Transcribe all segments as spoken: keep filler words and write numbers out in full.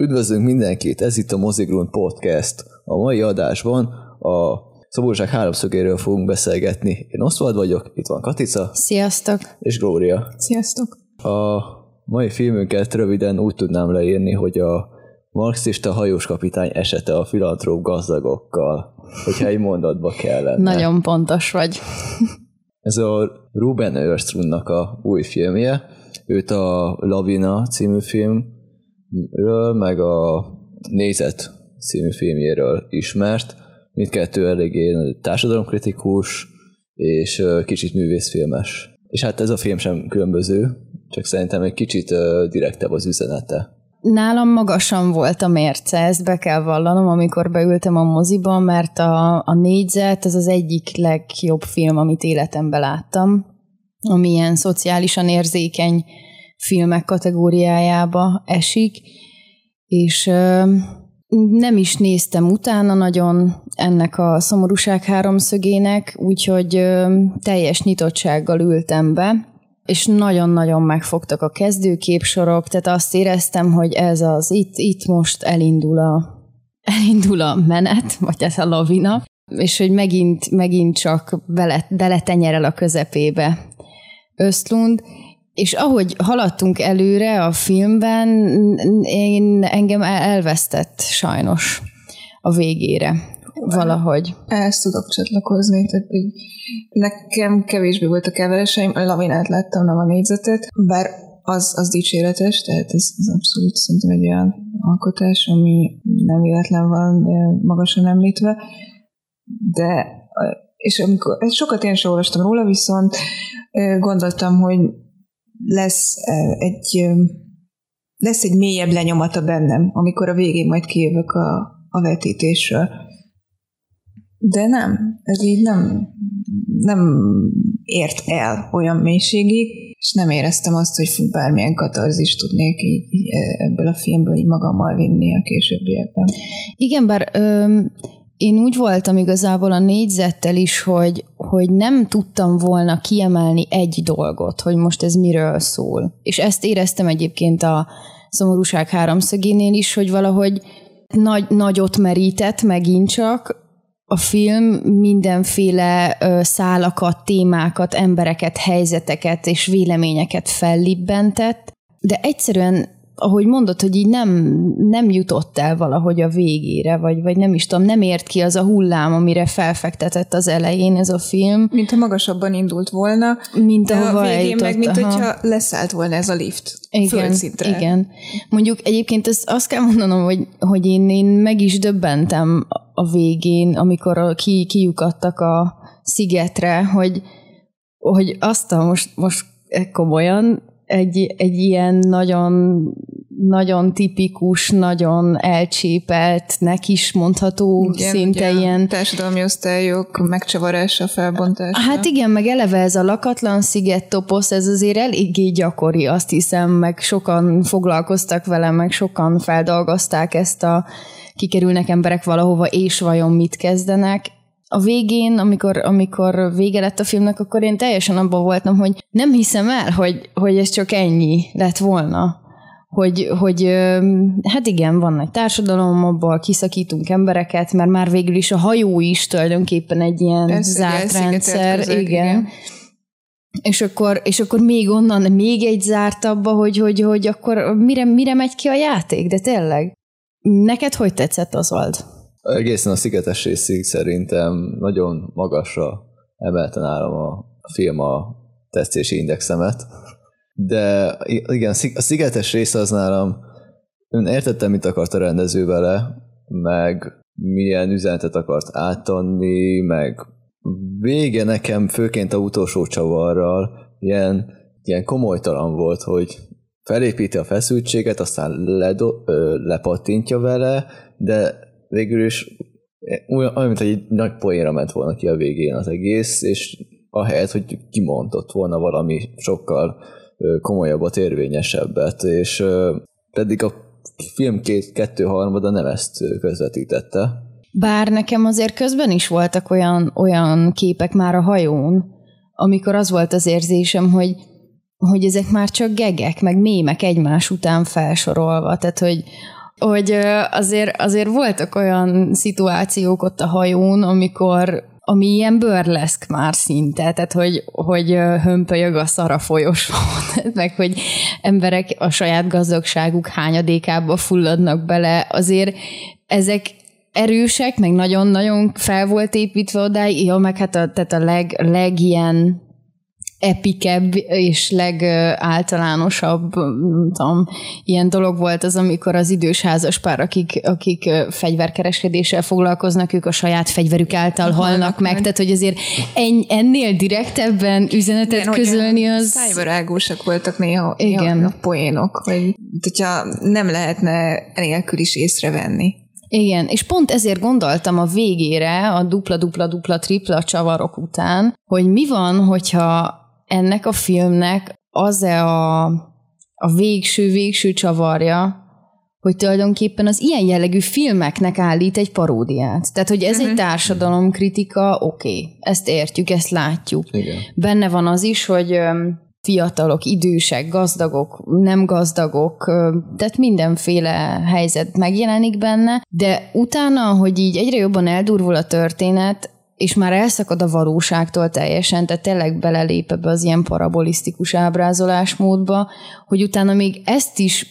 Üdvözlünk mindenkit, ez itt a Mozigrund Podcast. A mai adásban a szomorúság háromszögéről fogunk beszélgetni. Én Oswald vagyok, itt van Katica. Sziasztok! És Glória. Sziasztok! A mai filmünket röviden úgy tudnám leírni, hogy a marxista hajóskapitány esete a filantróp gazdagokkal, hogyha egy mondatba kellene. Nagyon pontos vagy. Ez a Ruben Östlundnak a új filmje. Őt a Lavina című filmről, meg a Nézet című filmjéről ismert. Mindkettő eléggé társadalomkritikus és kicsit művészfilmes. És hát ez a film sem különböző, csak szerintem egy kicsit direktebb az üzenete. Nálam magasan volt a mérce, ezt be kell vallanom, amikor beültem a moziba, mert a, a Négyzet az az egyik legjobb film, amit életemben láttam, ami ilyen szociálisan érzékeny filmek kategóriájába esik, és ö, nem is néztem utána nagyon ennek a szomorúság háromszögének, úgyhogy ö, teljes nyitottsággal ültem be, és nagyon-nagyon megfogtak a kezdőképsorok, tehát azt éreztem, hogy ez az, itt, itt most elindul a, elindul a menet, vagy ez a lavina, és hogy megint, megint csak bele, beletenyerel a közepébe Östlund, és ahogy haladtunk előre a filmben, én engem elvesztett sajnos a végére. Valahogy. Ezt tudok csatlakozni, tehát így nekem kevésbé volt a keveréseim, a Lavinát láttam, nem a Négyzetet, bár az, az dicséretes, tehát ez, ez abszolút szerintem egy olyan alkotás, ami nem véletlen van magasan említve, de és amikor, sokat én sem olvastam róla, viszont gondoltam, hogy lesz egy lesz egy mélyebb lenyomata bennem, amikor a végén majd kijövök a, a vetítésről. De nem, ez így nem, nem ért el olyan mélységig, és nem éreztem azt, hogy fú, bármilyen katarzist tudnék így, így ebből a filmből így magammal vinni a későbbiekben. Igen, bár ö, én úgy voltam igazából a Négyzettel is, hogy, hogy nem tudtam volna kiemelni egy dolgot, hogy most ez miről szól. És ezt éreztem egyébként a szomorúság háromszögénél is, hogy valahogy nagy, nagyot merített megint csak, a film mindenféle ö, szálakat, témákat, embereket, helyzeteket és véleményeket fellibbentett, de egyszerűen, ahogy mondod, hogy így nem, nem jutott el valahogy a végére, vagy, vagy nem is tudom, nem ért ki az a hullám, amire felfektetett az elején ez a film. Mint ha magasabban indult volna, mint de a végén eljutott, meg, mint aha. hogyha leszállt volna ez a lift igen, földszintre. Igen. Mondjuk egyébként ezt azt kell mondanom, hogy, hogy én, én meg is döbbentem a végén, amikor ki, kijukadtak a szigetre, hogy, hogy azt a most, most komolyan egy, egy ilyen nagyon, nagyon tipikus, nagyon elcsépeltnek is mondható, igen, szinte ugye, ilyen... társadalmi osztályok megcsavarása, felbontása. Hát igen, meg eleve ez a lakatlan sziget toposz, ez azért eléggé gyakori, azt hiszem, meg sokan foglalkoztak vele, meg sokan feldolgozták ezt a kikerülnek emberek valahova, és vajon mit kezdenek. A végén, amikor, amikor vége lett a filmnek, akkor én teljesen abban voltam, hogy nem hiszem el, hogy, hogy ez csak ennyi lett volna. Hogy, hogy hát igen, van egy társadalom, abból kiszakítunk embereket, mert már végül is a hajó is tulajdonképpen egy ilyen Persze, zárt rendszer. közeg, igen. igen. És akkor, és akkor még onnan még egy zártabba, hogy, hogy, hogy akkor mire, mire megy ki a játék, de tényleg. Neked hogy tetszett, Oswald? Egészen a szigetes részig szerintem nagyon magasra emelte nálam a film a tetszési indexemet. De igen, a szigetes rész az nálam, ön értettem, mit akart a rendező vele, meg milyen üzenetet akart átadni, meg vége nekem főként a utolsó csavarral ilyen, ilyen komolytalan volt, hogy felépíti a feszültséget, aztán ledo- ö, lepattintja vele, de végül is olyan, olyan, mint egy nagy poénra ment volna ki a végén az egész, és ahelyett, hogy kimondott volna valami sokkal komolyabbat, érvényesebbet, és pedig a film két, kettő harmada nem ezt közvetítette. Bár nekem azért közben is voltak olyan, olyan képek már a hajón, amikor az volt az érzésem, hogy, hogy ezek már csak gegek, meg mémek egymás után felsorolva, tehát hogy hogy azért, azért voltak olyan szituációk ott a hajón, amikor ami ilyen burleszk már szinte, tehát hogy, hogy hömpölyög a szar a folyosón, meg hogy emberek a saját gazdagságuk hányadékába fulladnak bele, azért ezek erősek, meg nagyon-nagyon fel volt építve odáig, ja, meg hát a, tehát a leg, leg ilyen epikebb és legáltalánosabb, nem tudom, ilyen dolog volt az, amikor az idős házaspár, akik, akik fegyverkereskedéssel foglalkoznak, ők a saját fegyverük által halnak meg, meg, tehát hogy azért en, ennél direktebben üzenetet igen, közölni az... Szájvarágósak voltak néha, néha a poénok, hogy hogyha nem lehetne enélkül is észrevenni. Igen, és pont ezért gondoltam a végére, a dupla-dupla-dupla-tripla csavarok után, hogy mi van, hogyha ennek a filmnek az-e a, a végső-végső csavarja, hogy tulajdonképpen az ilyen jellegű filmeknek állít egy paródiát. Tehát, hogy ez uh-huh. egy társadalomkritika, oké, okay, ezt értjük, ezt látjuk. Igen. Benne van az is, hogy fiatalok, idősek, gazdagok, nem gazdagok, tehát mindenféle helyzet megjelenik benne, de utána, hogy így egyre jobban eldurvul a történet, és már elszakad a valóságtól teljesen, tehát tényleg belelép ebbe az ilyen parabolisztikus ábrázolásmódba, hogy utána még ezt is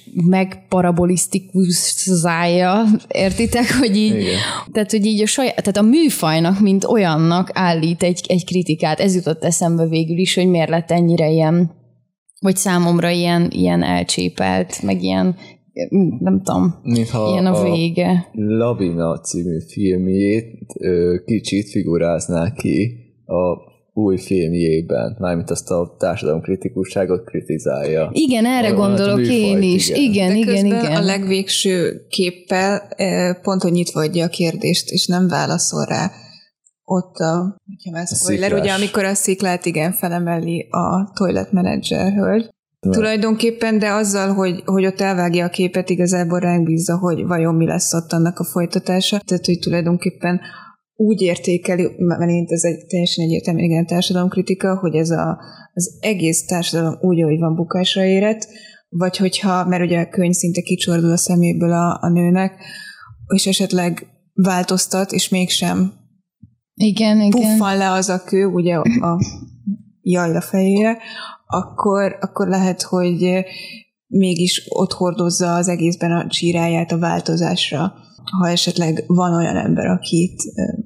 megparabolisztikuzálja, értitek, hogy így, igen. tehát, hogy így a saját, tehát a műfajnak, mint olyannak állít egy, egy kritikát. Ez jutott eszembe végül is, hogy miért lett ennyire ilyen, vagy számomra ilyen, ilyen elcsépelt, meg ilyen nem tudom, mintha ilyen a vége. A Lavina című filmjét kicsit figurázná ki a új filmjében, mármint azt a társadalomkritikusságot kritizálja. Igen, erre a, gondolok én is. Igen, igen, igen, igen. A legvégső képpel pont, hogy nyitva adja a kérdést, és nem válaszol rá. Ott a, hogyha már spoiler, ugye amikor a sziklát igen felemeli a toilet manager hölgy, de. Tulajdonképpen, de azzal, hogy, hogy ott elvágja a képet, igazából ránk bízza, hogy vajon mi lesz ott annak a folytatása. Tehát, hogy tulajdonképpen úgy értékeli, mert ez egy teljesen egyértelműen igen társadalomkritika, hogy ez a, az egész társadalom úgy, ahogy van bukásra érett, vagy hogyha, mert ugye a könyv szinte kicsordul a szeméből a, a nőnek, és esetleg változtat, és mégsem igen, igen. puffan le az a kő, ugye a jaj a fejére, akkor, akkor lehet, hogy mégis ott hordozza az egészben a csíráját a változásra, ha esetleg van olyan ember, akit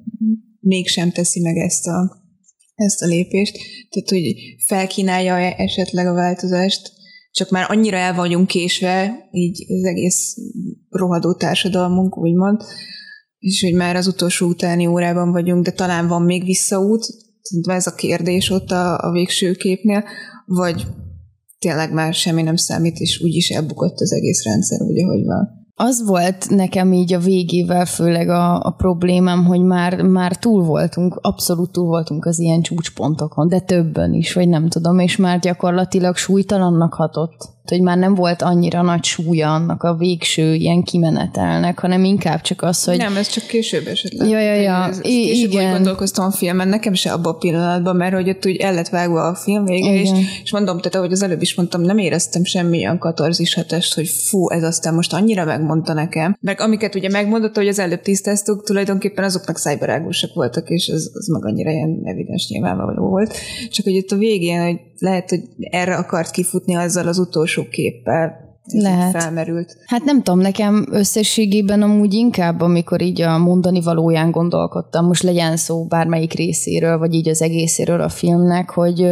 mégsem teszi meg ezt a, ezt a lépést. Tehát, hogy felkínálja esetleg a változást, csak már annyira el vagyunk késve, így az egész rohadó társadalmunk, úgymond, és hogy már az utolsó utáni órában vagyunk, de talán van még visszaút, ez a kérdés ott a, a végső képnél, vagy tényleg már semmi nem számít, és úgyis elbukott az egész rendszer, úgy, ahogy van. Az volt nekem így a végével főleg a, a problémám, hogy már, már túl voltunk, abszolút túl voltunk az ilyen csúcspontokon, de többen is, vagy nem tudom, és már gyakorlatilag súlytalannak hatott. Hogy már nem volt annyira nagy súlya annak a végső ilyen kimenetelnek, hanem inkább csak az, hogy... Nem, ez csak később esetleg. Ja, ja, ja. Ez, I- később igen. Úgy gondolkoztam a filmen, nekem se abban a pillanatban, mert hogy ott úgy el lett vágva a film vége, és, és mondom, tehát ahogy az előbb is mondtam, nem éreztem semmilyen katarzis hatást, hogy fú, ez aztán most annyira megmondta nekem. Meg amiket ugye megmondott, hogy az előbb tisztáztuk, tulajdonképpen azoknak szájbarágósak voltak, és az, az meg annyira ilyen evidens nyilvánvaló volt. Csak hogy itt a végén, hogy lehet, hogy erre akart kifutni azzal az utolsó képpel, lehet. Felmerült. Hát nem tudom, nekem összességében amúgy inkább, amikor így a mondani valóján gondolkodtam, most legyen szó bármelyik részéről, vagy így az egészéről a filmnek, hogy,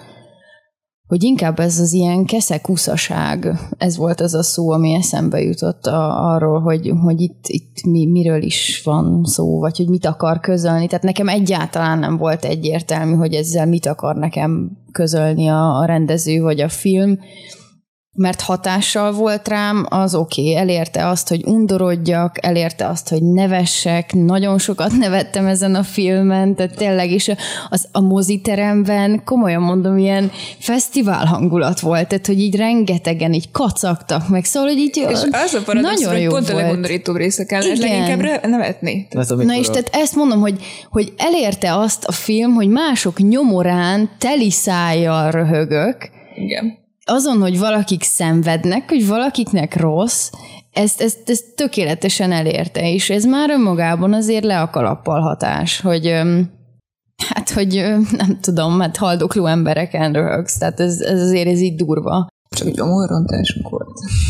hogy inkább ez az ilyen keszekuszaság, ez volt az a szó, ami eszembe jutott a, arról, hogy, hogy itt, itt mi, miről is van szó, vagy hogy mit akar közölni. Tehát nekem egyáltalán nem volt egyértelmű, hogy ezzel mit akar nekem közölni a, a rendező vagy a film, mert hatással volt rám, az oké, okay. Elérte azt, hogy undorodjak, elérte azt, hogy nevessek, nagyon sokat nevettem ezen a filmen, tehát tényleg is az, a moziteremben, komolyan mondom, ilyen fesztivál hangulat volt, tehát hogy így rengetegen így kacagtak meg, szóval, hogy így és az a paradox, nagyon jó pont volt. A legundorítóbb részeken lehet leginkább nevetni. Na és tehát ezt mondom, hogy, hogy elérte azt a film, hogy mások nyomorán teli szájjal röhögök. Igen. Azon, hogy valakik szenvednek, hogy valakiknek rossz, ezt, ezt, ezt tökéletesen elérte, és ez már önmagában azért le a kalappal hatás, hogy hát, hogy nem tudom, hát haldokló embereken röhögsz, tehát ez, ez azért ez így durva. Csak gyomorrontásunk volt.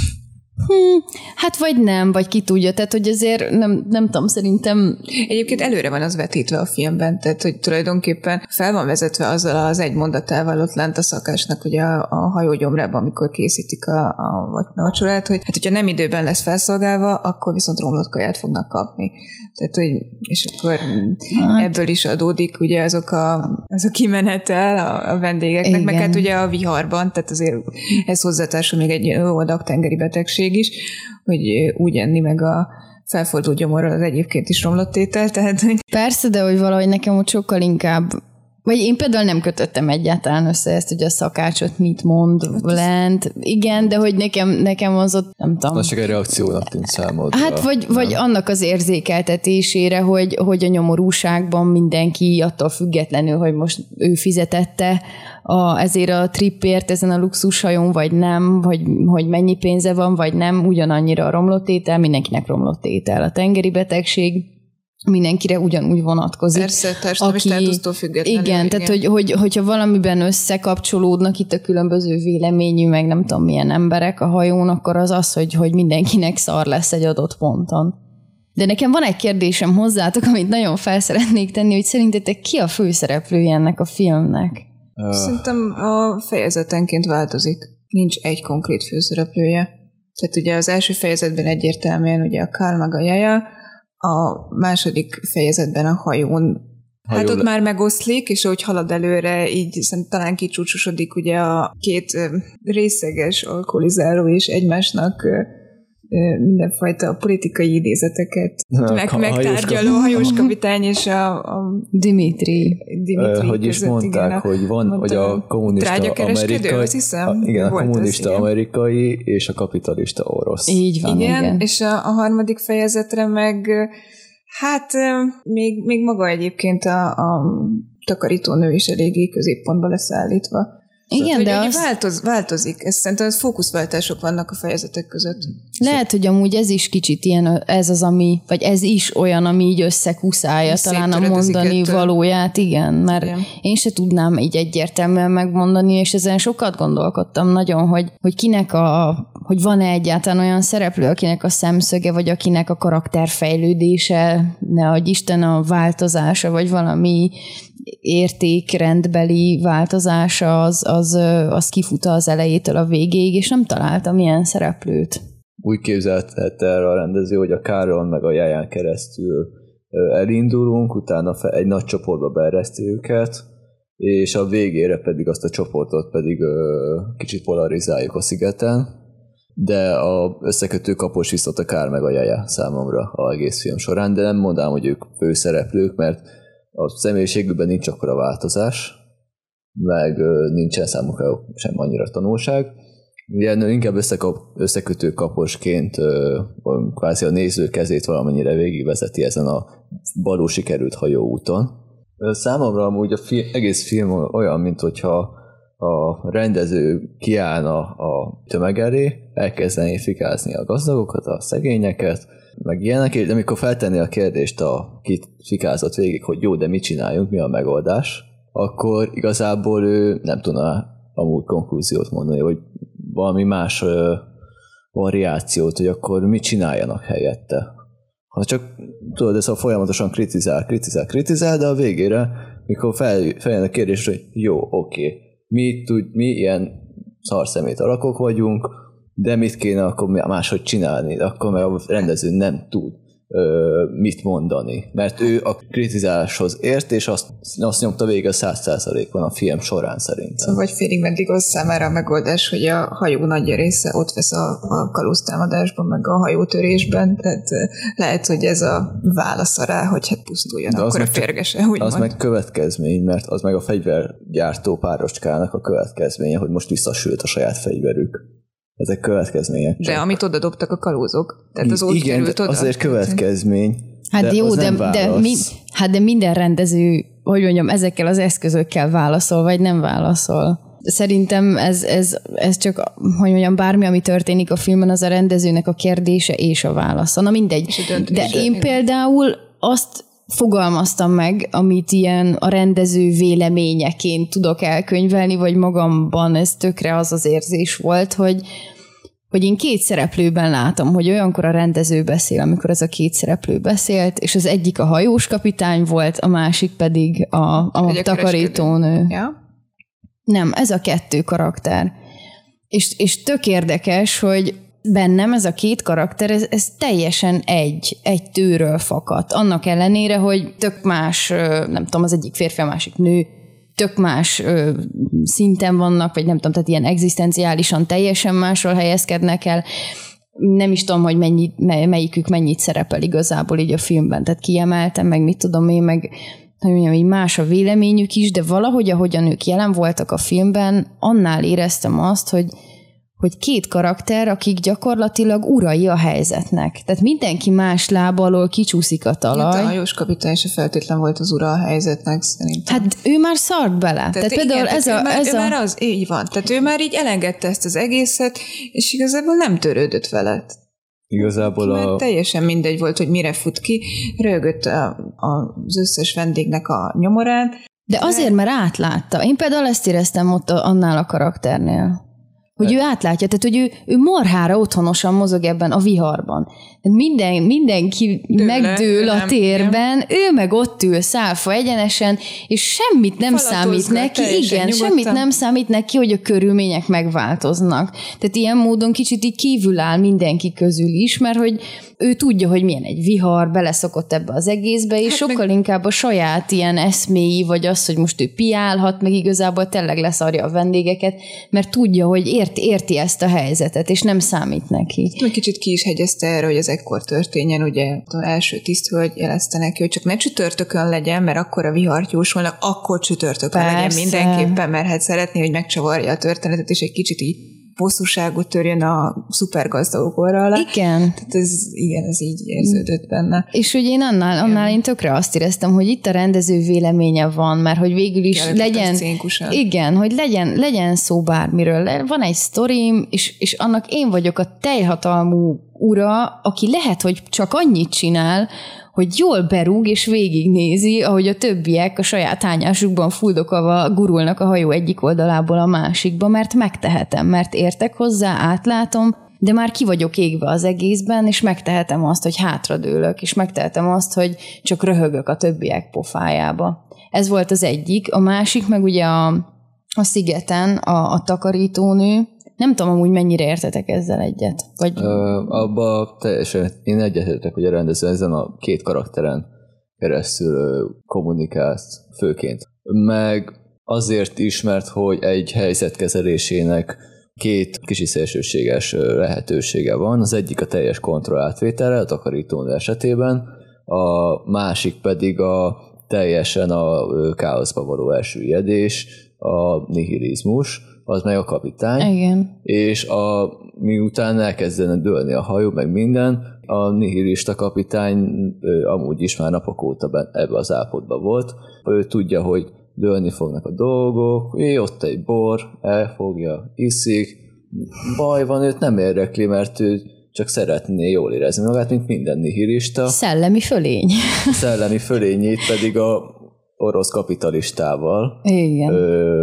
Hmm, hát vagy nem, vagy ki tudja, tehát hogy azért nem, nem tudom, szerintem... Egyébként előre van az vetítve a filmben, tehát hogy tulajdonképpen fel van vezetve azzal az egy mondatával ott lent a szakásnak, ugye a, a hajógyomrában, amikor készítik a, a vacsorát, hogy hát hogyha nem időben lesz felszolgálva, akkor viszont romlott kaját fognak kapni. Tehát, hogy és akkor hát. Ebből is adódik ugye azok a, az a kimenetel a, a vendégeknek, igen. Meg hát ugye a viharban, tehát azért ez hozzátársul még egy adag tengeri betegség is, hogy úgy enni meg a felfordult gyomorral az egyébként is romlott étel. Tehát, hogy... Persze, de hogy valahogy nekem ott sokkal inkább, vagy én például nem kötöttem egyáltalán össze ezt, hogy a szakácsot mit mond lent. Igen, de hogy nekem, nekem az ott, nem tudom. Az csak egy reakciónak tűnt számodra. Hát vagy, vagy annak az érzékeltetésére, hogy, hogy a nyomorúságban mindenki attól függetlenül, hogy most ő fizetette a, ezért a tripért ezen a luxushajón, vagy nem, hogy, hogy mennyi pénze van, vagy nem, ugyanannyira a romlott étel, mindenkinek romlott étel. A tengeri betegség mindenkire ugyanúgy vonatkozik. Persze, társadalmi státusztól függetlenül. Igen, igen, tehát hogy, hogy, hogyha valamiben összekapcsolódnak itt a különböző véleményű, meg nem tudom milyen emberek a hajón, akkor az az, hogy, hogy mindenkinek szar lesz egy adott ponton. De nekem van egy kérdésem hozzátok, amit nagyon fel szeretnék tenni, hogy szerintetek ki a főszereplője ennek a filmnek? Uh. Szerintem a fejezetenként változik. Nincs egy konkrét főszereplője. Tehát ugye az első fejezetben egyértelműen ugye a Carl meg a Jaja, a második fejezetben a hajón, hát Hajó ott le- már megoszlik, és ahogy halad előre, így szerintem talán kicsúcsosodik ugye a két részeges alkoholizáló és egymásnak mindenfajta politikai idézeteket meg, a megtárgyaló hajóskapitány és a, a Dimitri. Dimitri hogy is mondták, igen, hogy van, hogy a kommunista amerikai, azt hiszem, a, igen, a kommunista az, amerikai igen. És a kapitalista orosz. Így van, igen. igen. És a, a harmadik fejezetre meg hát még, még maga egyébként a, a takarítónő is eléggé középpontba lesz állítva. Igen, tehát, de az... változ, változik. Ez szerintem az fókuszváltások vannak a fejezetek között. Lehet, hogy amúgy ez is kicsit ilyen, ez az, ami, vagy ez is olyan, ami így összekuszálja talán a mondani valóját, igen, mert igen. Én se tudnám így egyértelműen megmondani, és ezen sokat gondolkodtam nagyon, hogy, hogy kinek a, hogy van-e egyáltalán olyan szereplő, akinek a szemszöge, vagy akinek a karakterfejlődése, ne adj Isten a változása, vagy valami értékrendbeli változása az, az, az kifut az elejétől a végéig, és nem találtam ilyen szereplőt. Úgy képzelte el a rendező, hogy a Káron meg a Jáján keresztül elindulunk, utána egy nagy csoportba beereszti őket, és a végére pedig azt a csoportot pedig kicsit polarizáljuk a szigeten, de a összekötő kapos viszont a Kár meg a Jájá számomra az egész film során, de nem mondám, hogy ők főszereplők, mert a személyiségükben nincs akkora változás, meg nincsen számukra sem annyira tanulság. Ugye inkább összekap, összekötő kaposként kvázi a néző kezét valamennyire végigvezeti ezen a balul sikerült hajóúton. Számomra amúgy a fi, egész film olyan, mint hogyha a rendező kiállna a tömeg elé, elkezdené fikázni a gazdagokat, a szegényeket, meg ilyenek, de amikor feltenni a kérdést a kit fikázott végig, hogy jó, de mit csináljunk, mi a megoldás, akkor igazából ő nem tudna amúgy konklúziót mondani, hogy valami más ö, variációt, hogy akkor mit csináljanak helyette. Ha csak tudod, ez a folyamatosan kritizál, kritizál, kritizál, de a végére, mikor fel, feljön a kérdés, hogy jó, oké, mi, tud, mi ilyen szarszemét alakok vagyunk, de mit kéne akkor máshogy csinálni, de akkor meg a rendező nem tud ö, mit mondani, mert ő a kritizáláshoz ért, és azt, azt nyomta végig a száz százalékon a film során szerintem. Szóval vagy félig meddig az számára a megoldás, hogy a hajó nagy része ott vesz a, a kalóztámadásban, meg a hajótörésben, tehát lehet, hogy ez a válasz rá, hogy hát pusztuljon, de akkor a férgese, úgy Az mond. meg következmény, mert az meg a fegyvergyártó párocskának a következménye, hogy most visszasült a saját fegyverük. Ezek következmények. De amit oda dobtak a kalózok. Tehát az I- igen, oda. azért következmény. Hát de jó, de, de, mi, hát de minden rendező, hogy mondjam, ezekkel az eszközökkel válaszol, vagy nem válaszol. Szerintem ez, ez, ez csak, hogy mondjam, bármi, ami történik a filmben, az a rendezőnek a kérdése és a válasza. Na mindegy. De én például azt fogalmaztam meg, amit ilyen a rendező véleményeként tudok elkönyvelni, vagy magamban ez tökre az az érzés volt, hogy hogy én két szereplőben látom, hogy olyankor a rendező beszél, amikor ez a két szereplő beszélt, és az egyik a hajós kapitány volt, a másik pedig a, a takarítónő. Ja? Nem, ez a kettő karakter. És, és tök érdekes, hogy bennem ez a két karakter, ez, ez teljesen egy, egy tőről fakadt. Annak ellenére, hogy tök más, nem tudom, az egyik férfi, a másik nő, tök más ö, szinten vannak, vagy nem tudom, tehát ilyen egzisztenciálisan teljesen másról helyezkednek el. Nem is tudom, hogy mennyi, melyikük mennyit szerepel igazából így a filmben, tehát kiemeltem, meg mit tudom én, meg hogy mondjam, így más a véleményük is, de valahogy, ahogyan ők jelen voltak a filmben, annál éreztem azt, hogy hogy két karakter, akik gyakorlatilag urai a helyzetnek. Tehát mindenki más lába alól kicsúszik a talaj. Hát a hajós kapitány se feltétlen volt az ura a helyzetnek, szerintem. Hát ő már szart bele. Tehát, tehát igen, például tehát ez ő a... Már, ez ő a... már az, így van. Tehát ő már így elengedte ezt az egészet, és igazából nem törődött vele. Igazából a... Mert teljesen mindegy volt, hogy mire fut ki, rögött a, a, az összes vendégnek a nyomorán. De azért, mert átlátta. Én például ezt éreztem ott annál a karakternél. Hogy ő átlátja, tehát hogy ő, ő marhára otthonosan mozog ebben a viharban. Minden, mindenki Tőle, megdől a térben, nem. Ő meg ott ül szálfa egyenesen, és semmit nem számít neki, igen, nyugodtan. Semmit nem számít neki, hogy a körülmények megváltoznak. Tehát ilyen módon kicsit így kívül áll mindenki közül is, mert hogy ő tudja, hogy milyen egy vihar, beleszokott ebbe az egészbe, és hát sokkal meg... inkább a saját ilyen eszméi, vagy az, hogy most ő piálhat, meg igazából tényleg leszarja a vendégeket, mert tudja, hogy érti, érti ezt a helyzetet, és nem számít neki. Egy kicsit ki is hegyezte erre, hogy ez ekkor történjen, ugye az első tiszthölgy jelezte neki, hogy csak ne csütörtökön legyen, mert akkor a vihart jósolnak, akkor csütörtökön Persze. legyen mindenképpen, mert hát szeretné, hogy megcsavarja a történetet, és egy kicsit így bosszúságot törjön a szupergazdagokra alá. Igen. Tehát ez, igen, ez így érződött benne. És hogy én annál, annál én tökre azt éreztem, hogy itt a rendező véleménye van, mert hogy végül is Kellett legyen... Igen, hogy legyen, legyen szó bármiről. Van egy sztorim, és, és annak én vagyok a teljhatalmú ura, aki lehet, hogy csak annyit csinál, hogy jól berúg és végignézi, ahogy a többiek a saját hányásukban fuldokolva gurulnak a hajó egyik oldalából a másikba, mert megtehetem, mert értek hozzá, átlátom, de már ki vagyok égve az egészben, és megtehetem azt, hogy hátradőlök, és megtehetem azt, hogy csak röhögök a többiek pofájába. Ez volt az egyik. A másik meg ugye a, a szigeten a, a takarítónő. Nem tudom, amúgy mennyire értetek ezzel egyet. Vagy... Ö, abba teljesen, én egyetértek, hogy a rendező ezen a két karakteren keresztül kommunikált főként. Meg azért is, mert hogy egy helyzetkezelésének két kicsi szélsőséges lehetősége van. Az egyik a teljes kontroll átvételre, a takarítónő esetében, a másik pedig a teljesen a káoszba való elsüllyedés, a nihilizmus, az meg a kapitány. Igen. És a, miután elkezdene dőlni a hajó, meg minden, a nihilista kapitány ő, amúgy is már napok óta ebbe az állapotban volt. Ő tudja, hogy dőlni fognak a dolgok, jé, ott egy bor, elfogja, iszik, baj van, őt nem érdekli, mert ő csak szeretné jól érezni magát, mint minden nihilista. Szellemi fölény. Szellemi fölényét pedig a orosz kapitalistával Igen. Ö,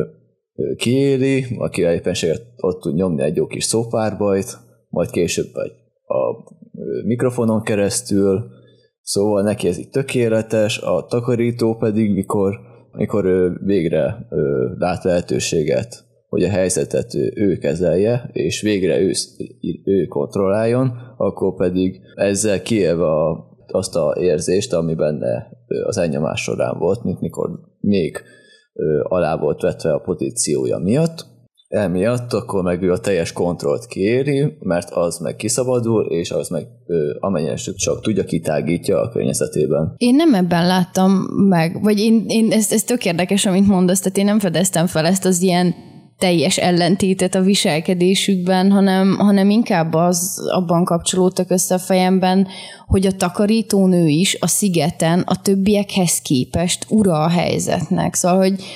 kiéli, aki éppenséget ott tud nyomni egy jó kis szópárbajt, majd később vagy a mikrofonon keresztül, szóval neki ez így tökéletes, a takarító pedig, mikor, mikor ő végre ő lát lehetőséget, hogy a helyzetet ő, ő kezelje, és végre ő, ő kontrolláljon, akkor pedig ezzel kiélve a, azt a érzést, ami benne az elnyomás során volt, mint mikor még alá volt vetve a pozíciója miatt, emiatt akkor meg ő a teljes kontrollt kéri, mert az meg kiszabadul, és az meg amennyire csak tudja, kitágítja a környezetében. Én nem ebben láttam meg, vagy én, én ez, ez tök érdekes, amit mondasz, tehát én nem fedeztem fel ezt az ilyen teljes ellentétet a viselkedésükben, hanem, hanem inkább az abban kapcsolódtak össze a fejemben, hogy a takarítónő is a szigeten a többiekhez képest ura a helyzetnek. Szóval, hogy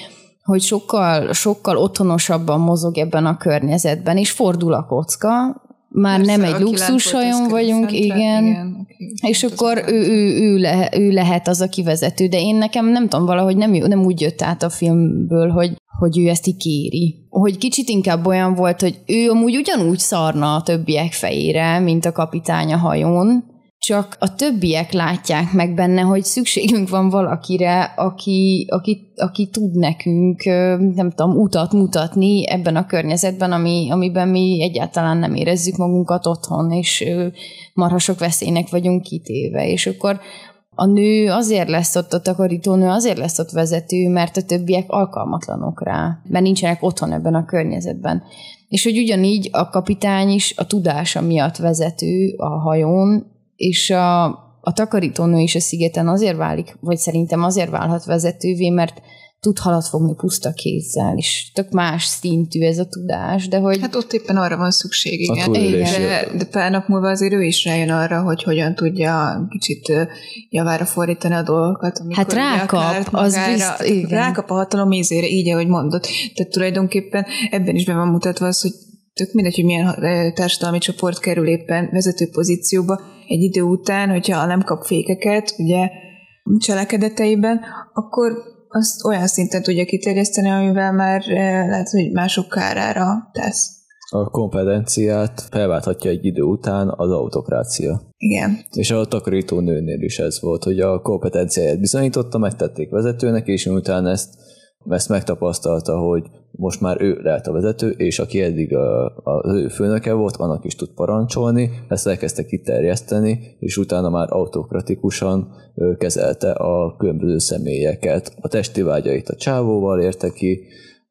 hogy sokkal, sokkal otthonosabban mozog ebben a környezetben, és fordul a kocka, már Persze, nem egy luxushajon vagyunk, fentre, igen, igen és akkor ő, ő, ő, le, ő lehet az a kivezető, de én nekem nem tudom, valahogy nem, nem úgy jött át a filmből, hogy, hogy ő ezt így kéri. Hogy kicsit inkább olyan volt, hogy ő amúgy ugyanúgy szarna a többiek fejére, mint a kapitány a hajón, csak a többiek látják meg benne, hogy szükségünk van valakire, aki, aki, aki tud nekünk, nem tudom, utat mutatni ebben a környezetben, ami, amiben mi egyáltalán nem érezzük magunkat otthon, és marha sok veszélynek vagyunk kitéve. És akkor a nő azért lesz ott, a takarítónő azért lesz ott vezető, mert a többiek alkalmatlanok rá, mert nincsenek otthon ebben a környezetben. És hogy ugyanígy a kapitány is a tudása miatt vezető a hajón, és a, a takarítónő is a szigeten azért válik, vagy szerintem azért válhat vezetővé, mert tud halat fogni puszta kézzel, és tök más szintű ez a tudás, de hogy... Hát ott éppen arra van szükség, igen. De, de pár nap múlva azért ő is rájön arra, hogy hogyan tudja kicsit javára fordítani a dolgokat. Hát rákap, az bizt, igen. Rákap a hatalom ízére, így, ahogy mondod. Tehát tulajdonképpen ebben is be van mutatva az, hogy tök mindegy, hogy milyen társadalmi csoport kerül éppen vezető pozícióba egy idő után, hogyha nem kap fékeket, ugye cselekedeteiben, akkor azt olyan szinten tudja kiterjeszteni, amivel már lehet, hogy mások kárára tesz. A kompetenciát felválthatja egy idő után az autokrácia. Igen. És a takarító nőnél is ez volt, hogy a kompetenciáját bizonyította, megtették vezetőnek, és utána ezt, ezt megtapasztalta, hogy most már ő lehet a vezető, és aki eddig a, az ő főnöke volt, annak is tud parancsolni, ezt elkezdte kiterjeszteni, és utána már autokratikusan kezelte a különböző személyeket. A testi vágyait a csávóval érte ki,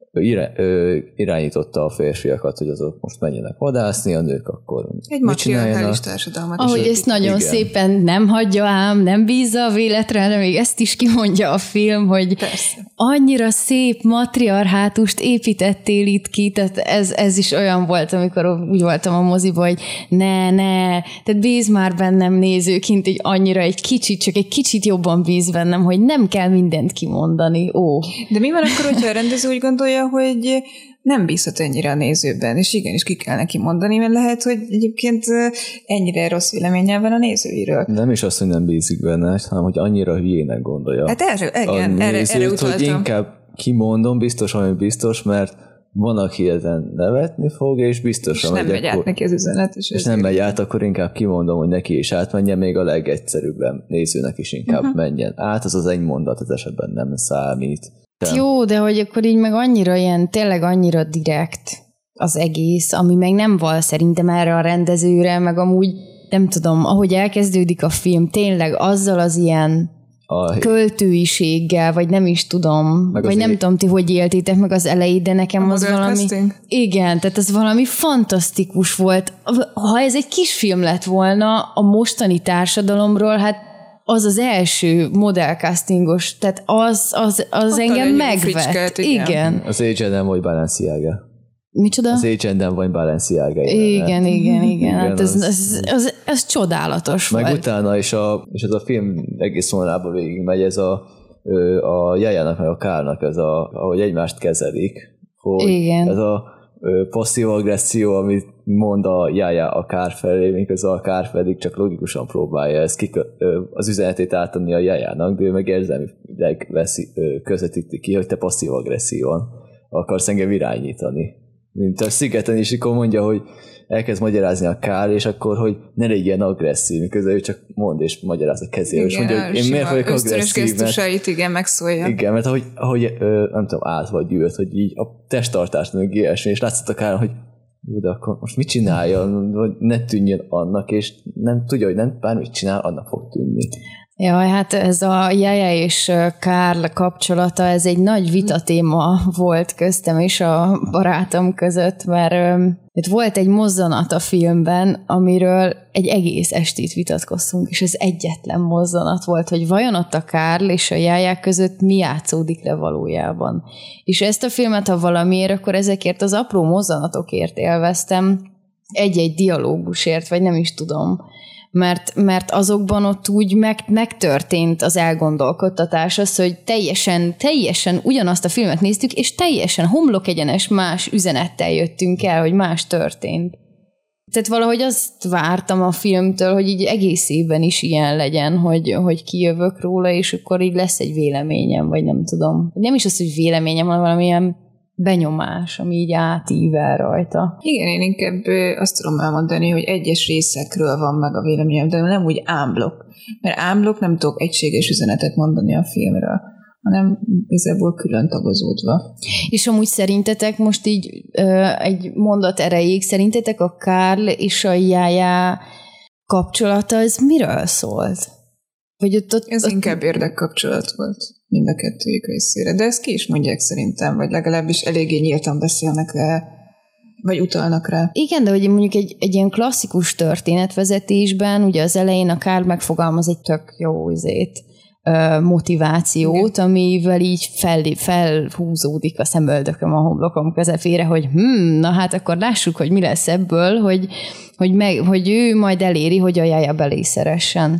irányította a férfiakat, hogy azok most menjenek vadászni, a nők akkor egy matriarchális társadalmat. Ahogy ezt nagyon igen. szépen nem hagyja ám, nem bízza a véletre, de még ezt is kimondja a film, hogy persze. Annyira szép matriarchátust építettél itt ki, tehát ez, ez is olyan volt, amikor úgy voltam a moziba, hogy ne, ne, tehát bíz már bennem nézőként, hogy annyira egy kicsit, csak egy kicsit jobban bíz bennem, hogy nem kell mindent kimondani. Ó. De mi van akkor, hogyha a rendező úgy gondolja, hogy nem bízhat ennyire a nézőben, és igenis ki kell neki mondani, mert lehet, hogy egyébként ennyire rossz véleménnyel van a nézőiről. Nem is azt, hogy nem bízik benne, hanem hogy annyira hülyének gondolja. Hát erre, igen, erre, erre utaltam. Hogy inkább kimondom, biztos, ami biztos, mert van, aki ezen nevetni fog, és biztos, és nem megy akkor, át neki az üzenet. És, és nem megy át, akkor inkább kimondom, hogy neki is átmenjen, még a legegyszerűbben nézőnek is inkább uh-huh. menjen át, az az egy mondat az esetben nem számít. De. Jó, de hogy akkor így meg annyira ilyen, tényleg annyira direkt az egész, ami meg nem val szerintem erre a rendezőre, meg amúgy nem tudom, ahogy elkezdődik a film, tényleg azzal az ilyen a... költőiséggel, vagy nem is tudom, meg vagy nem é... tudom ti, hogy éltétek meg az elejét, de nekem a az valami... Casting? Igen, tehát ez valami fantasztikus volt. Ha ez egy kis film lett volna a mostani társadalomról, hát az az első modellcastingos, tehát az, az, az engem megvett. Fricskelt, igen. igen. Az Agent vagy Balenciaga. Micsoda? Az Agent vagy Balenciaga. Igen, igen, igen, igen. Hát ez, az, az, az, az csodálatos meg volt. Meg utána is, a, és ez a film egész vonalában végig megy, ez a, a Jajának meg a Kárnak, ez a, ahogy egymást kezelik. Hogy igen. Ez a passzív agresszió, amit mond a Jájá a Kár felé, miközben a Kár pedig csak logikusan próbálja ezt kikö, az üzenetét átadni a Jájának, de ő meg érzelmileg közvetíti ki, hogy te passzív agresszióan akarsz engem irányítani. Mint a Szigeten is, akkor mondja, hogy elkezd magyarázni a Kár, és akkor, hogy ne legyen ilyen agresszív, miközben ő csak mond és magyaráz a kezével, és mondja, hogy én miért vagyok agresszív, mert... igen, megszólja. Igen, mert ahogy, ahogy nem tudom, állt vagy gyűlt, hogy így a testtartást meg ilyesmi, és látszott a Kár, hogy jó, de akkor most mit csináljon, vagy ne tűnjön annak, és nem tudja, hogy nem bármit csinál, annak fog tűnni. Jaj, hát ez a Jaja és Karl kapcsolata, ez egy nagy vitatéma volt köztem és a barátom között, mert itt volt egy mozzanat a filmben, amiről egy egész estét vitatkoztunk, és ez egyetlen mozzanat volt, hogy vajon ott a Karl és a Jaja között mi játszódik le valójában. És ezt a filmet, ha valamiért, akkor ezekért az apró mozzanatokért élveztem, egy-egy dialógusért, vagy nem is tudom. mert, mert azokban ott úgy meg, megtörtént az elgondolkodtatás, az, hogy teljesen, teljesen ugyanazt a filmet néztük, és teljesen homlokegyenes más üzenettel jöttünk el, hogy más történt. Tehát valahogy azt vártam a filmtől, hogy így egész évben is ilyen legyen, hogy, hogy kijövök róla, és akkor így lesz egy véleményem, vagy nem tudom. Nem is az, hogy véleményem, hanem valamilyen benyomás, ami így átível rajta. Igen, én inkább azt tudom elmondani, hogy egyes részekről van meg a véleményem, de nem úgy ámblok. Mert ámblok nem tudok egységes üzenetet mondani a filmről, hanem igazából külön tagozódva. És amúgy szerintetek most így ö, egy mondat erejéig, szerintetek a Karl és a Yaya kapcsolata, ez miről szólt? Vagy ott, ott, ez ott... inkább érdekkapcsolat volt mind a kettőjük részére. De ezt ki is mondják szerintem, vagy legalábbis eléggé nyíltan beszélnek rá, vagy utalnak rá. Igen, de hogy mondjuk egy, egy ilyen klasszikus történetvezetésben, ugye az elején a Karl megfogalmaz egy tök jó izét, motivációt, igen, amivel így fel, felhúzódik a szemöldököm a homlokom közepére, hogy hm, na hát akkor lássuk, hogy mi lesz ebből, hogy, hogy, meg, hogy ő majd eléri, hogy a Yaya belé szeressen.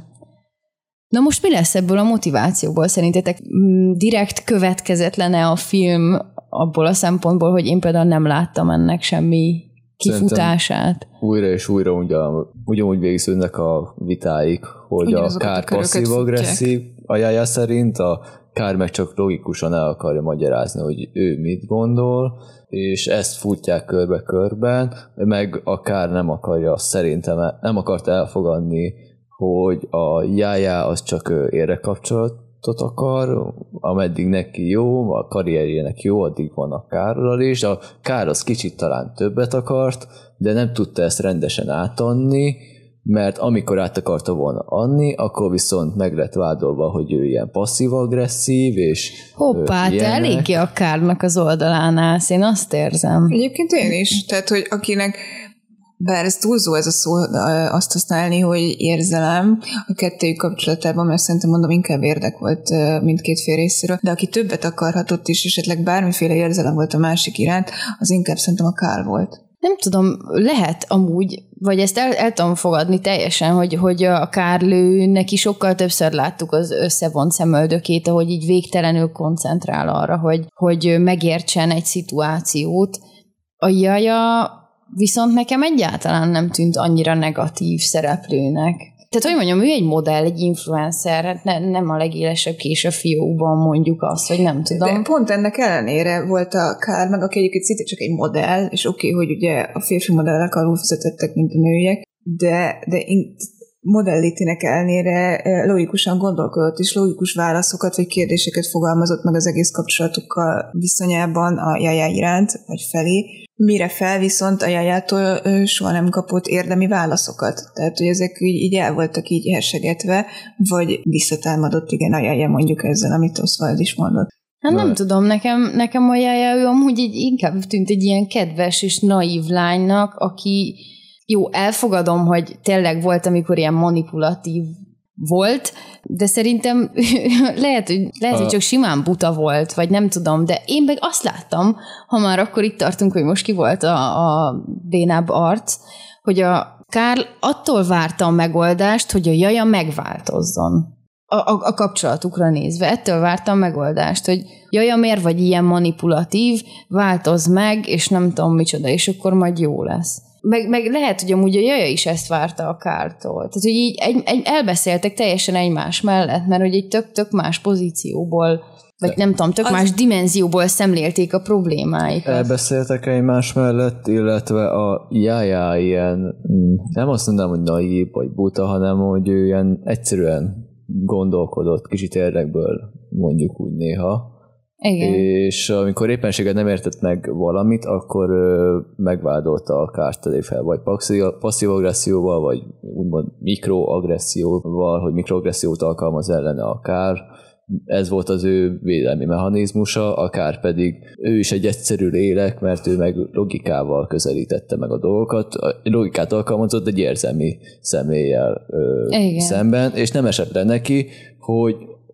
Na most mi lesz ebből a motivációból? Szerintetek direkt következetlene a film abból a szempontból, hogy én például nem láttam ennek semmi kifutását? Szerintem újra és újra ugyan, ugyanúgy végződnek a vitáik, hogy ugyanazokat a Kár passzív-agresszív a Yaya szerint, a Kár meg csak logikusan el akarja magyarázni, hogy ő mit gondol, és ezt futják körbe-körben, meg a Kár nem akarja, szerintem nem akart elfogadni, hogy a Yaya az csak érdekkapcsolatot akar, ameddig neki jó, a karrierjének jó, addig van a Kárral is. A Kár az kicsit talán többet akart, de nem tudta ezt rendesen átadni, mert amikor át akarta volna adni, akkor viszont meg lett vádolva, hogy ő ilyen passzív-agresszív, és hoppá, te eléggé a Kárnak az oldalán állsz, én azt érzem. Egyébként én is, tehát, hogy akinek bár ez túlzó ez a szó, azt használni, hogy érzelem a kettőjük kapcsolatában, mert szerintem mondom, inkább érdek volt mindkét fél részéről, de aki többet akarhatott is, esetleg bármiféle érzelem volt a másik iránt, az inkább szerintem a Karl volt. Nem tudom, lehet amúgy, vagy ezt el, el tudom fogadni teljesen, hogy, hogy a Karl neki sokkal többször láttuk az összevont szemöldökét, ahogy így végtelenül koncentrál arra, hogy, hogy megértsen egy szituációt. A Yaya viszont nekem egyáltalán nem tűnt annyira negatív szereplőnek. Tehát, hogy mondjam, ő egy modell, egy influencer, hát ne, nem a legélesebb kés a fiókban mondjuk azt, hogy nem tudom. De pont ennek ellenére volt a Karl, meg aki egyébként szinte csak egy modell, és oké, okay, hogy ugye a férfi modellek alul fizetettek, mint a nőiek, de, de modellitének ellenére logikusan gondolkodott, és logikus válaszokat vagy kérdéseket fogalmazott meg az egész kapcsolatukkal viszonyában a Yaya iránt, vagy felé, mire fel viszont a Yayától soha nem kapott érdemi válaszokat. Tehát, hogy ezek így, így el voltak így hersegetve, vagy visszatámadott igen a Yaya mondjuk ezzel, amit Oswald is mondott. Hát nem tudom, nekem, nekem a Yaya ő amúgy így inkább tűnt egy ilyen kedves és naív lánynak, aki jó, elfogadom, hogy tényleg volt, amikor ilyen manipulatív volt, de szerintem lehet, hogy, lehet, hogy csak simán buta volt, vagy nem tudom, de én meg azt láttam, ha már akkor itt tartunk, hogy most ki volt a, a bénább arc, hogy a Karl attól várta a megoldást, hogy a Yaya megváltozzon. A, a, a kapcsolatukra nézve. Ettől vártam megoldást, hogy Yaya, miért vagy ilyen manipulatív, változz meg, és nem tudom micsoda, és akkor majd jó lesz. Meg, meg lehet, hogy amúgy a Yaya is ezt várta a Karltól. Tehát, hogy így egy, egy, elbeszéltek teljesen egymás mellett, mert hogy egy tök-tök más pozícióból, vagy nem tudom, tök az... más dimenzióból szemlélték a problémáikat. Elbeszéltek egymás mellett, illetve a Yaya ilyen, nem azt mondanám, hogy naív vagy buta, hanem hogy ő ilyen egyszerűen gondolkodott, kicsit érdekből mondjuk úgy néha. Igen. És amikor éppenséggel nem értett meg valamit, akkor ö, megvádolta a Karl vagy passzív-agresszióval, vagy úgymond mikroagresszióval, hogy mikroagressziót alkalmaz ellene a Karl. Ez volt az ő védelmi mechanizmusa, a Karl pedig ő is egy egyszerű lélek, mert ő meg logikával közelítette meg a dolgokat. A logikát alkalmazott egy érzelmi személlyel ö, szemben, és nem esett le neki, hogy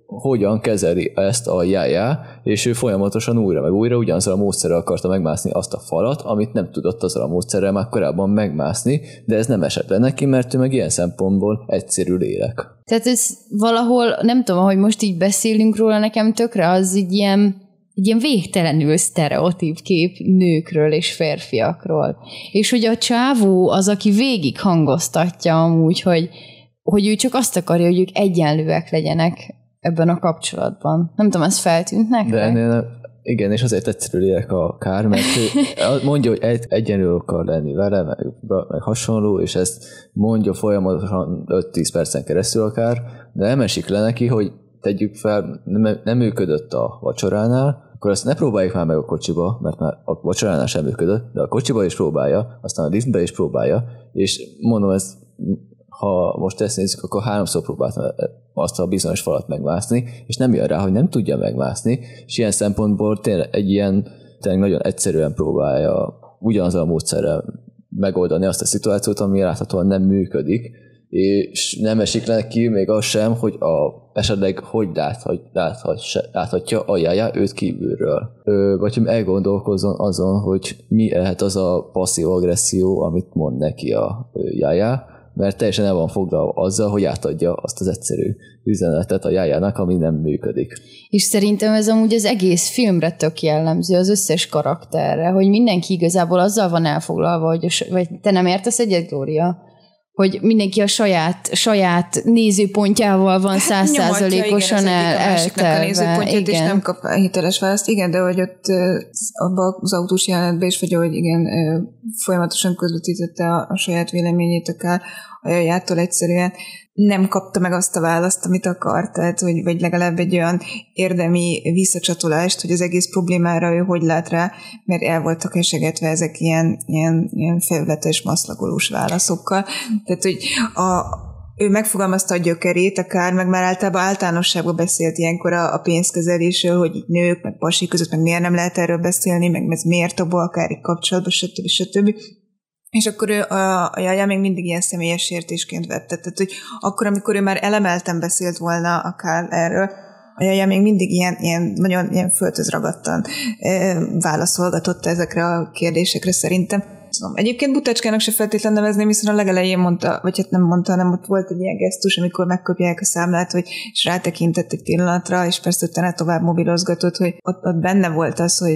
hogyan kezeli ezt a Jájá, és ő folyamatosan újra meg újra ugyanazzal a módszerrel akarta megmászni azt a falat, amit nem tudott azzal a módszerrel már korábban megmászni, de ez nem esett le neki, mert ő meg ilyen szempontból egyszerű lélek. Tehát ez valahol, nem tudom, hogy most így beszélünk róla, nekem tökre az így ilyen, egy ilyen végtelenül sztereotíp kép nőkről és férfiakról. És hogy a csávó az, aki végig hangoztatja amúgy, hogy, hogy ő csak azt akarja, hogy ők egyenlőek legyenek ebben a kapcsolatban. Nem tudom, ez feltűnt nektek? De ennél, igen, és azért egyszerű lélek a Kár, mert ő mondja, hogy egy, egyenlő akar lenni vele, meg, meg hasonló, és ezt mondja folyamatosan öt-tíz percen keresztül akár, de nem esik le neki, hogy tegyük fel, nem, nem működött a vacsoránál, akkor ezt ne próbáljuk már meg a kocsiba, mert már a vacsoránál sem működött, de a kocsiba is próbálja, aztán a Disneybe is próbálja, és mondom, ez, ha most ezt nézzük, akkor háromszor próbáltam azt a bizonyos falat megmászni, és nem jön rá, hogy nem tudja megmászni, és ilyen szempontból tényleg egy ilyen, tényleg nagyon egyszerűen próbálja ugyanazzal a módszerrel megoldani azt a szituációt, ami láthatóan nem működik, és nem esik le neki még az sem, hogy a, esetleg hogy láthat, láthat, láthatja a Jájá őt kívülről. Ö, vagy hogy elgondolkozzon azon, hogy mi lehet az a passzív agresszió, amit mond neki a Jájá, mert teljesen el van foglalva azzal, hogy átadja azt az egyszerű üzenetet a Jájának, ami nem működik. És szerintem ez amúgy az egész filmre tök jellemző, az összes karakterre, hogy mindenki igazából azzal van elfoglalva, hogy a, vagy te nem értesz egyet, Glória? Hogy mindenki a saját, saját nézőpontjával van százszázalékosan el, eltelve. A nézőpontját, és nem kap hiteles választ. Igen, de hogy ott abban az autós jelenetben is, vagy hogy igen, folyamatosan közvetítette a, a saját véleményét akár a Jájától egyszerűen nem kapta meg azt a választ, amit akart, tehát, hogy, vagy legalább egy olyan érdemi visszacsatolást, hogy az egész problémára ő hogy lát rá, mert el voltak esegetve ezek ilyen, ilyen, ilyen felületes, maszlagolós válaszokkal. Tehát, hogy a, ő megfogalmazta a gyökerét, akár, meg már általában általánosságban beszélt ilyenkor a, a pénzkezelésről, hogy így nők, meg pasi között, meg miért nem lehet erről beszélni, meg ez miért abból akár egy kapcsolatban, stb. stb. És akkor ő, a, a Jájá még mindig ilyen személyes sértésként vette. Tehát, hogy akkor, amikor ő már elemelten beszélt volna akár erről, a Jájá még mindig ilyen, ilyen nagyon ilyen földhöz ragadtan e, válaszolgatott ezekre a kérdésekre szerintem. Szóval egyébként butácskának se feltétlenül nevezném, hiszen a legelején mondta, vagy hát nem mondta, hanem ott volt egy ilyen gesztus, amikor megkapják a számlát, hogy és rátekintett egy pillanatra, és persze utána tovább mobilozgatott, hogy ott, ott benne volt az, hogy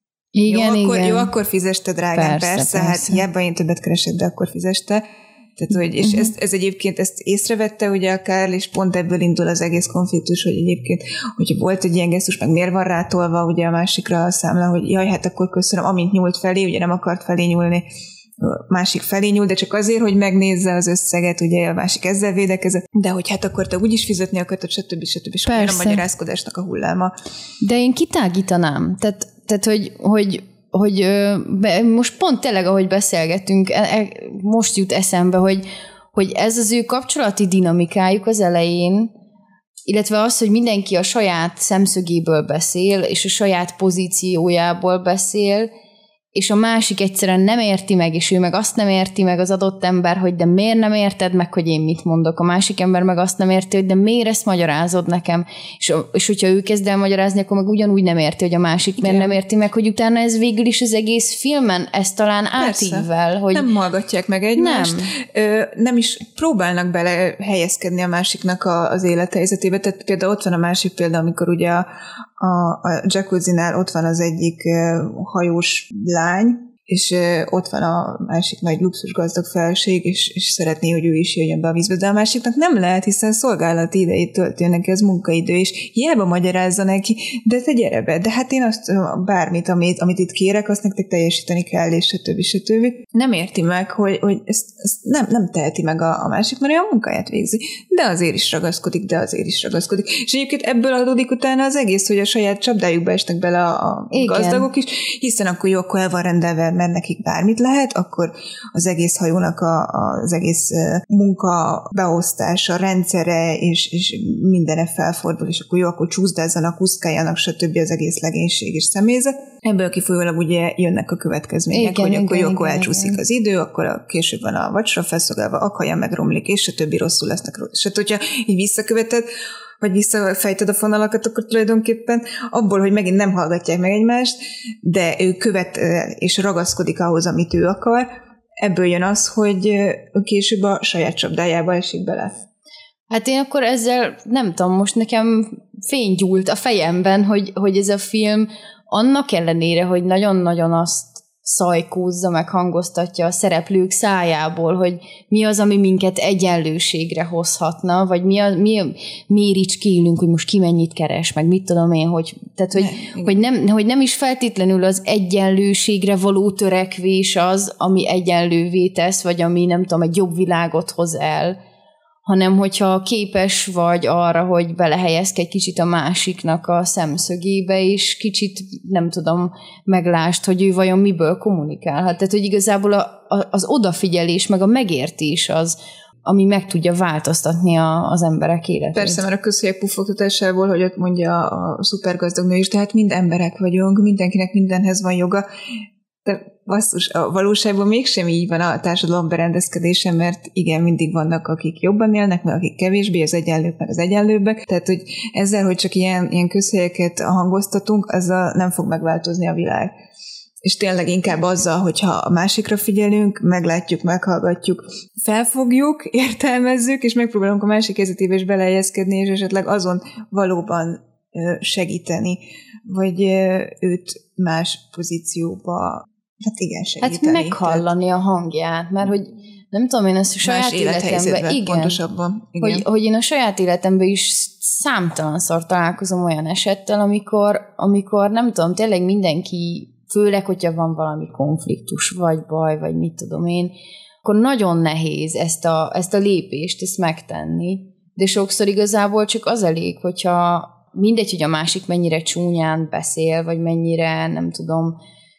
igen, jó, akkor, igen. jó, akkor fizeste, drágám, persze, persze, persze. Hát hiába én többet keresek, de akkor fizeste. Tehát, hogy, és uh-huh. ezt, ez egyébként ezt észrevette ugye a Karl, és pont ebből indul az egész konfliktus, hogy egyébként, hogyha volt egy ilyen gesztus, meg miért van rátolva ugye a másikra a számla, hogy jaj, hát akkor köszönöm, amint nyúlt felé, ugye nem akart felé nyúlni, másik felé nyúl, de csak azért, hogy megnézze az összeget, ugye a másik ezzel védekezett, de hogy hát akkor te úgyis fizetni akartad, stb. stb. És a magyarázkodásnak a hulláma. De én kitágítanám. Tehát, tehát hogy, hogy, hogy most pont tényleg, ahogy beszélgetünk, most jut eszembe, hogy, hogy ez az ő kapcsolati dinamikájuk az elején, illetve az, hogy mindenki a saját szemszögéből beszél, és a saját pozíciójából beszél, és a másik egyszerűen nem érti meg, és ő meg azt nem érti meg az adott ember, hogy de miért nem érted meg, hogy én mit mondok. A másik ember meg azt nem érti, hogy de miért ezt magyarázod nekem. És, és hogyha ő kezd el magyarázni, akkor meg ugyanúgy nem érti, hogy a másik miért nem érti meg, hogy utána ez végül is az egész filmen, ez talán átível. Hogy nem hallgatják meg egymást. Nem. Ö, nem is próbálnak bele helyezkedni a másiknak a, az élethelyzetébe. Tehát például ott van a másik példa, amikor ugye a A, a jacuzzinál ott van az egyik uh, hajós lány, és uh, ott van a másik nagy luxus gazdag felség, és, és szeretné, hogy ő is jöjjön be a vízbe, de a másiknak nem lehet, hiszen szolgálati idejét töltő, neki ez munkaidő, és hiába magyarázza neki, de te gyere be, de hát én azt bármit, amit, amit itt kérek, azt nektek teljesíteni kell, és stb. stb. Nem érti meg, hogy, hogy ezt, ezt nem, nem teheti meg a, a másik, mert ő a munkáját végzi, de azért is ragaszkodik, de azért is ragaszkodik. És egyébként ebből adódik utána az egész, hogy a saját csapdájukba esnek bele a, a gazdagok is, hiszen akkor jó, akkor el van rendelve, mert nekik bármit lehet, akkor az egész hajónak a, a, az egész munka beosztása, rendszere, és, és mindene felfordul, és akkor jó, akkor csúszdázzanak, kuszkáljanak, stb. Az egész legénység és személyzet. Ebből kifolyólag ugye jönnek a következmények, igen, hogy igen, akkor jó, akkor elcsúszik igen. az idő, akkor a később van a vacsora felszolgálva, a kaja megromlik, és stb. Rosszul lesznek róla. És hát, hogyha így visszaköveted, vagy visszafejted a fonalakat, akkor tulajdonképpen abból, hogy megint nem hallgatják meg egymást, de ő követ és ragaszkodik ahhoz, amit ő akar, ebből jön az, hogy később a saját csapdájába esik bele. Hát én akkor ezzel, nem tudom, most nekem fénygyúlt a fejemben, hogy, hogy ez a film annak ellenére, hogy nagyon-nagyon azt szajkózza, meg hangoztatja a szereplők szájából, hogy mi az, ami minket egyenlőségre hozhatna, vagy mi, a, mi a, miért icskélünk, hogy most ki mennyit keres, meg mit tudom én, hogy, tehát, hogy, ne, hogy, nem, hogy nem is feltétlenül az egyenlőségre való törekvés az, ami egyenlővé tesz, vagy ami nem tudom, egy jobb világot hoz el, hanem hogyha képes vagy arra, hogy belehelyezkedj kicsit a másiknak a szemszögébe, és kicsit, nem tudom, meglást, hogy ő vajon miből kommunikálhat. Tehát, hogy igazából a, a, az odafigyelés, meg a megértés az, ami meg tudja változtatni a, az emberek életét. Persze, mert a közhelyek pufogtatásából, hogy ott mondja a szupergazdag nő is, tehát mind emberek vagyunk, mindenkinek mindenhez van joga, de basszus, a valóságban mégsem így van a társadalom berendezkedése, mert igen, mindig vannak, akik jobban élnek, meg akik kevésbé, az egyenlők, meg az egyenlőbbek. Tehát, hogy ezzel, hogy csak ilyen, ilyen közhelyeket hangoztatunk, azzal nem fog megváltozni a világ. És tényleg inkább azzal, hogyha a másikra figyelünk, meglátjuk, meghallgatjuk, felfogjuk, értelmezzük, és megpróbálunk a másik helyzetébe is belehelyezkedni, és esetleg azon valóban segíteni, vagy őt más pozícióba, hát igen, segíteni. Hát meghallani tehát a hangját, mert hogy nem tudom, én ezt a saját életemben, igen, pontosabban, igen. Hogy, hogy én a saját életemben is számtalanszor találkozom olyan esettel, amikor, amikor nem tudom, tényleg mindenki, főleg, hogyha van valami konfliktus, vagy baj, vagy mit tudom én, akkor nagyon nehéz ezt a, ezt a lépést, ezt megtenni. De sokszor igazából csak az elég, hogyha mindegy, hogy a másik mennyire csúnyán beszél, vagy mennyire, nem tudom,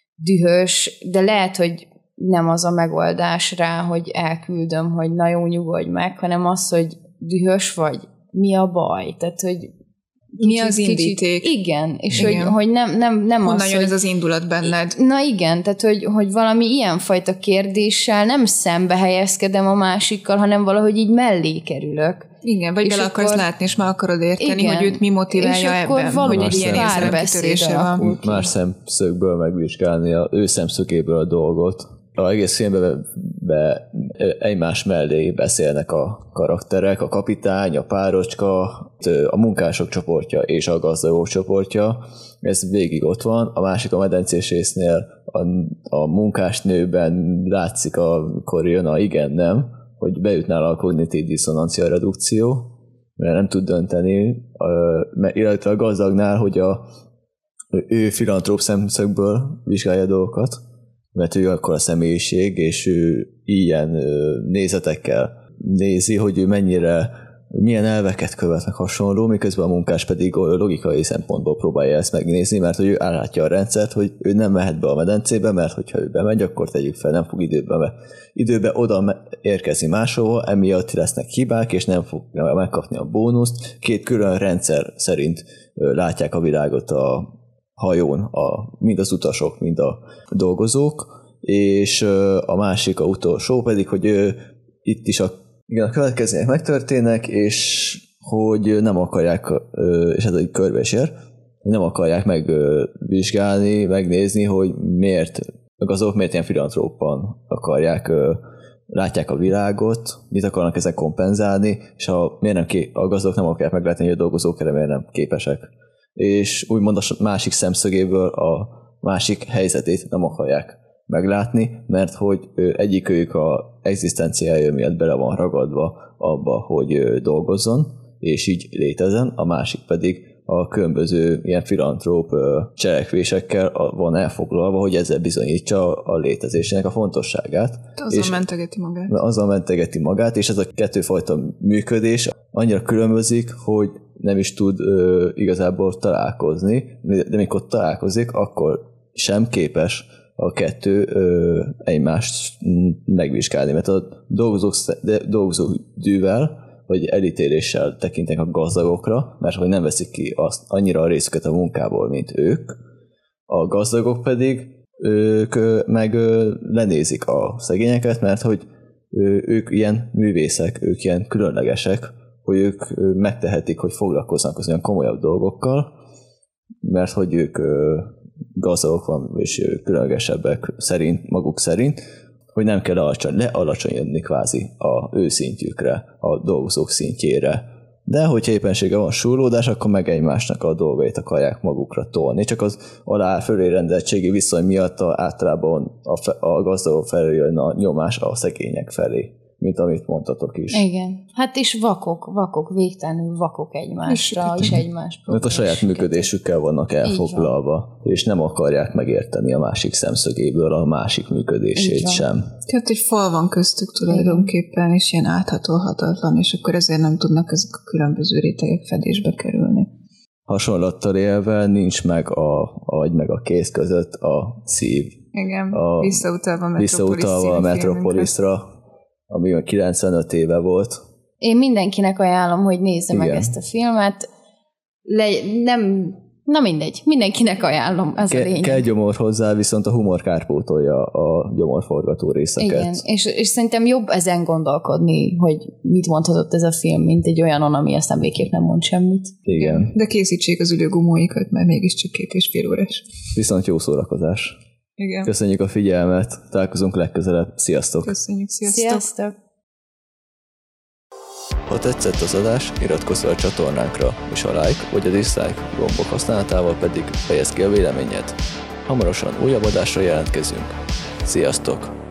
dühös, de lehet, hogy nem az a megoldás rá, hogy elküldöm, hogy na jó, nyugodj meg, hanem az, hogy dühös vagy, mi a baj, tehát, hogy mi az indíték? Kicsit, igen, és igen. Hogy, hogy nem, nem, nem honnan az, jön hogy, ez az indulat benned? Na igen, tehát hogy, hogy valami ilyenfajta kérdéssel nem szembe helyezkedem a másikkal, hanem valahogy így mellé kerülök. Igen, vagy bele akarsz látni, és már akarod érteni, igen, hogy őt mi motiválja ebben, hogy egy ilyen érzelemkitörése van. Más szemszögből megvizsgálni a ő szemszögéből a dolgot. A egész filmben be, egymás mellé beszélnek a karakterek, a kapitány, a párocska, a munkások csoportja és a gazdagok csoportja. Ez végig ott van. A másik a medencés résznél a, a munkásnőben látszik, amikor jön a igen-nem, hogy beüt nála a kognitív diszonancia redukció, mert nem tud dönteni, illetve a gazdagnál, hogy a, ő filantróp szemszögből vizsgálja a dolgokat, mert ő akkor a személyiség, és ő ilyen nézetekkel nézi, hogy ő mennyire, milyen elveket követnek hasonló, miközben a munkás pedig logikai szempontból próbálja ezt megnézni, mert hogy ő állátja a rendszert, hogy ő nem mehet be a medencébe, mert hogyha ő bemegy, akkor tegyük fel, nem fog időbe, be. időbe oda érkezni máshova, emiatt lesznek hibák, és nem fog megkapni a bónuszt. Két külön rendszer szerint látják a világot a hajón, a, mind az utasok, mind a dolgozók, és a másik, a utolsó pedig, hogy itt is a, igen, a következmények megtörténnek, és hogy nem akarják, és ez egy körbe is ér, nem akarják megvizsgálni, megnézni, hogy miért, meg azok miért ilyen filantrópan akarják, látják a világot, mit akarnak ezek kompenzálni, és a, miért nem ké, a gazdagok nem akarják meglátni, hogy a dolgozók erre miért nem képesek. És úgymond a másik szemszögéből a másik helyzetét nem akarják meglátni, mert hogy egyikőjük a egzisztenciája miatt bele van ragadva abba, hogy dolgozzon, és így létezzen, a másik pedig a különböző ilyen filantróp cselekvésekkel van elfoglalva, hogy ezzel bizonyítsa a létezésének a fontosságát. Azzal mentegeti magát. Azzal mentegeti magát, és ez a kettőfajta működés annyira különbözik, hogy nem is tud ö, igazából találkozni, de mikor találkozik, akkor sem képes a kettő ö, egymást megvizsgálni, mert a dolgozók, dolgozók dűvel, vagy elítéléssel tekintek a gazdagokra, mert hogy nem veszik ki azt, annyira a részüket a munkából, mint ők. A gazdagok pedig ők meg lenézik a szegényeket, mert hogy ők ilyen művészek, ők ilyen különlegesek, hogy ők megtehetik, hogy foglalkoznak az olyan komolyabb dolgokkal, mert hogy ők gazdagok van, és különlegesebbek szerint, maguk szerint, hogy nem kell alacsony, lealacsonyodni kvázi a ő szintjükre, a dolgozók szintjére. De hogyha éppenséggel van súrlódás, akkor meg egymásnak a dolgait akarják magukra tolni. Csak az alá fölé rendeltségi viszony miatt a, általában a, fe, a gazdagok felé jön a nyomás a szegények felé, mint amit mondtatok is. Igen. Hát és vakok, vakok, végtelenül vakok egymásra, és egymás mert a saját működésükkel vannak elfoglalva, és nem akarják megérteni a másik szemszögéből a másik működését sem. Tehát egy fal van köztük tulajdonképpen, és ilyen áthatolhatatlan, és akkor ezért nem tudnak ezek a különböző rétegek fedésbe kerülni. Hasonlattal élve nincs meg a agy meg a kéz között a szív. Igen, a, visszautalva a Metropolis visszautalva a Metropolisra, ami kilencvenöt éve volt. Én mindenkinek ajánlom, hogy nézze Igen. meg ezt a filmet. Le, nem, na mindegy, mindenkinek ajánlom, ez Ke, a lényeg. Kell gyomor hozzá, viszont a humor kárpótolja a gyomorforgató részeket. Igen, és, és szerintem jobb ezen gondolkodni, hogy mit mondhatott ez a film, mint egy olyanon, ami aztán végképp nem mond semmit. Igen. De készítsék az ülőgumóikat, mert mégiscsak két és fél órás. Viszont jó szórakozás. Igen. Köszönjük a figyelmet, találkozunk legközelebb. Sziasztok! Köszönjük, sziasztok! Sziasztok! Ha tetszett az adás, iratkozz fel a csatornánkra, és a like vagy a dislike gombok használatával pedig fejezd ki a véleményed. Hamarosan újabb adásra jelentkezünk. Sziasztok!